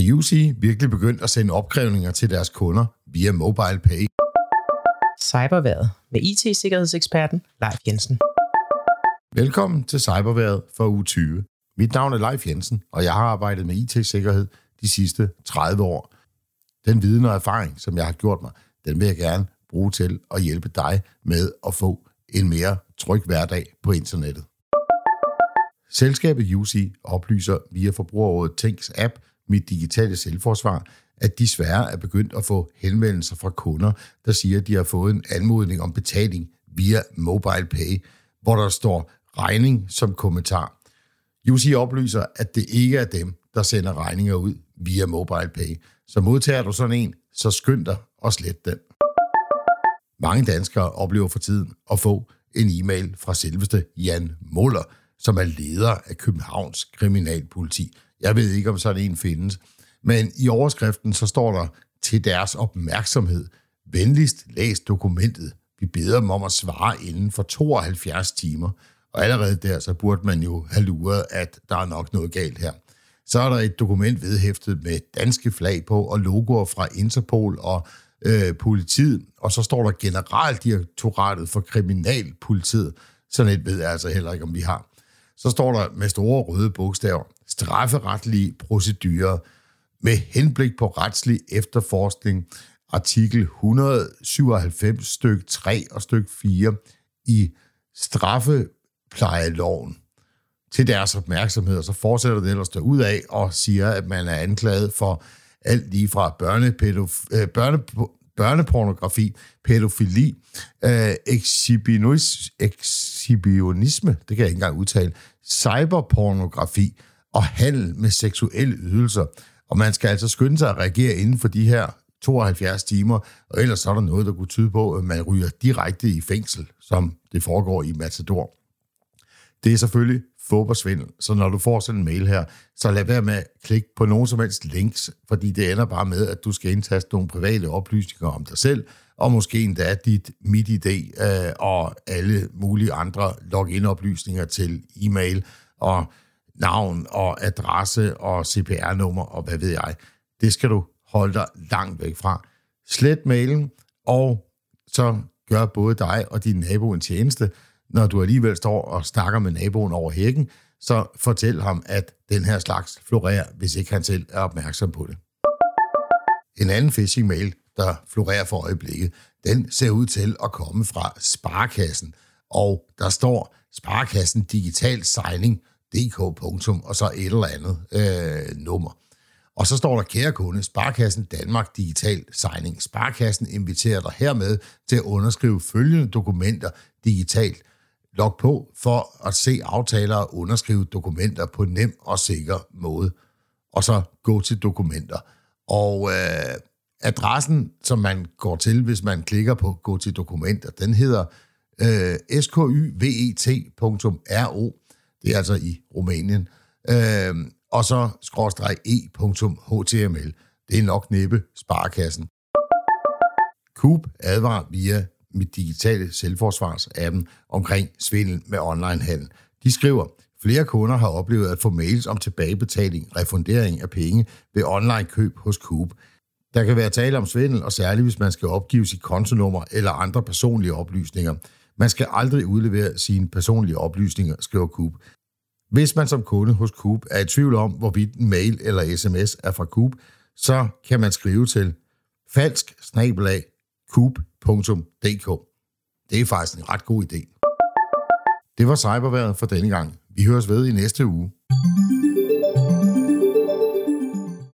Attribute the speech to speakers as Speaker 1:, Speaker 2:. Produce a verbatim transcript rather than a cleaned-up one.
Speaker 1: Er U C virkelig begyndt at sende opkrævninger til deres kunder via MobilePay?
Speaker 2: Cyberværet med I T-sikkerhedseksperten Leif Jensen.
Speaker 1: Velkommen til Cyberværet for uge tyve. Mit navn er Leif Jensen, og jeg har arbejdet med I T-sikkerhed de sidste tredive år. Den viden og erfaring, som jeg har gjort mig, den vil jeg gerne bruge til at hjælpe dig med at få en mere tryg hverdag på internettet. Selskabet U C oplyser via forbrugerrådet Tænks app Mit Digitale Selvforsvar, at de desværre er begyndt at få henvendelser fra kunder, der siger, at de har fået en anmodning om betaling via MobilePay, hvor der står regning som kommentar. U C oplyser, at det ikke er dem, der sender regninger ud via MobilePay. Så modtager du sådan en, så skynd dig og slet den. Mange danskere oplever for tiden at få en e-mail fra selveste Jan Møller, som er leder af Københavns Kriminalpoliti. Jeg ved ikke, om sådan en findes, men i overskriften så står der til deres opmærksomhed: venligst læs dokumentet. Vi beder dem om at svare inden for tooghalvfjerds timer. Og allerede der, så burde man jo have luret, at der er nok noget galt her. Så er der et dokument vedhæftet med danske flag på og logoer fra Interpol og øh, politiet. Og så står der Generaldirektoratet for Kriminalpolitiet. Sådan et ved jeg altså heller ikke, om vi har. Så står der med store røde bogstaver: strafferetlige procedurer med henblik på retslig efterforskning, artikel et hundrede syvoghalvfems stykke tre og stykke fire i straffeplejeloven. Til deres opmærksomhed, og så fortsætter det ellers derud af og siger, at man er anklaget for alt lige fra børnepædof- øh, børne, børnepornografi, pædofili, øh, exhibitionisme, det kan jeg ikke engang udtale, cyberpornografi og handel med seksuelle ydelser. Og man skal altså skynde sig at reagere inden for de her tooghalvfjerds timer, og ellers så er der noget, der kunne tyde på, at man ryger direkte i fængsel, som det foregår i Matador. Det er selvfølgelig fodboldsvindel, så når du får sådan en mail her, så lad være med at klikke på nogen som helst links, fordi det ender bare med, at du skal indtaste nogle private oplysninger om dig selv, og måske endda dit MitID øh, og alle mulige andre login-oplysninger til e-mail og navn og adresse og C P R-nummer og hvad ved jeg. Det skal du holde dig langt væk fra. Slet mailen, og så gør både dig og din nabo en tjeneste. Når du alligevel står og snakker med naboen over hækken, så fortæl ham, at den her slags florerer, hvis ikke han selv er opmærksom på det. En anden phishing-mail, der florerer for øjeblikket, den ser ud til at komme fra Sparekassen, og der står Sparekassen Digital Signing D K punktum, og så et eller andet øh, nummer. Og så står der: kære kunde, Sparekassen Danmark Digital Signing. Sparekassen inviterer dig hermed til at underskrive følgende dokumenter digitalt. Log på for at se aftaler og underskrive dokumenter på nem og sikker måde. Og så gå til dokumenter. Og øh, adressen, som man går til, hvis man klikker på gå til dokumenter, den hedder øh, skyvet punktum ro. Det er altså i Rumænien. Øh, og så skråstreg e punktum h t m l. Det er nok næppe Sparekassen. Coop advarer via Mit Digitale Selvforsvars-appen omkring svindel med onlinehandel. De skriver: flere kunder har oplevet at få mails om tilbagebetaling, refundering af penge ved online køb hos Coop. Der kan være tale om svindel, og særligt hvis man skal opgive sit kontonummer eller andre personlige oplysninger. Man skal aldrig udlevere sine personlige oplysninger, skriver Coop. Hvis man som kunde hos Coop er i tvivl om, hvorvidt en mail eller sms er fra Coop, så kan man skrive til falsk snabel-a coop punktum d k. Det er faktisk en ret god idé. Det var Cyberværet for denne gang. Vi høres ved i næste uge.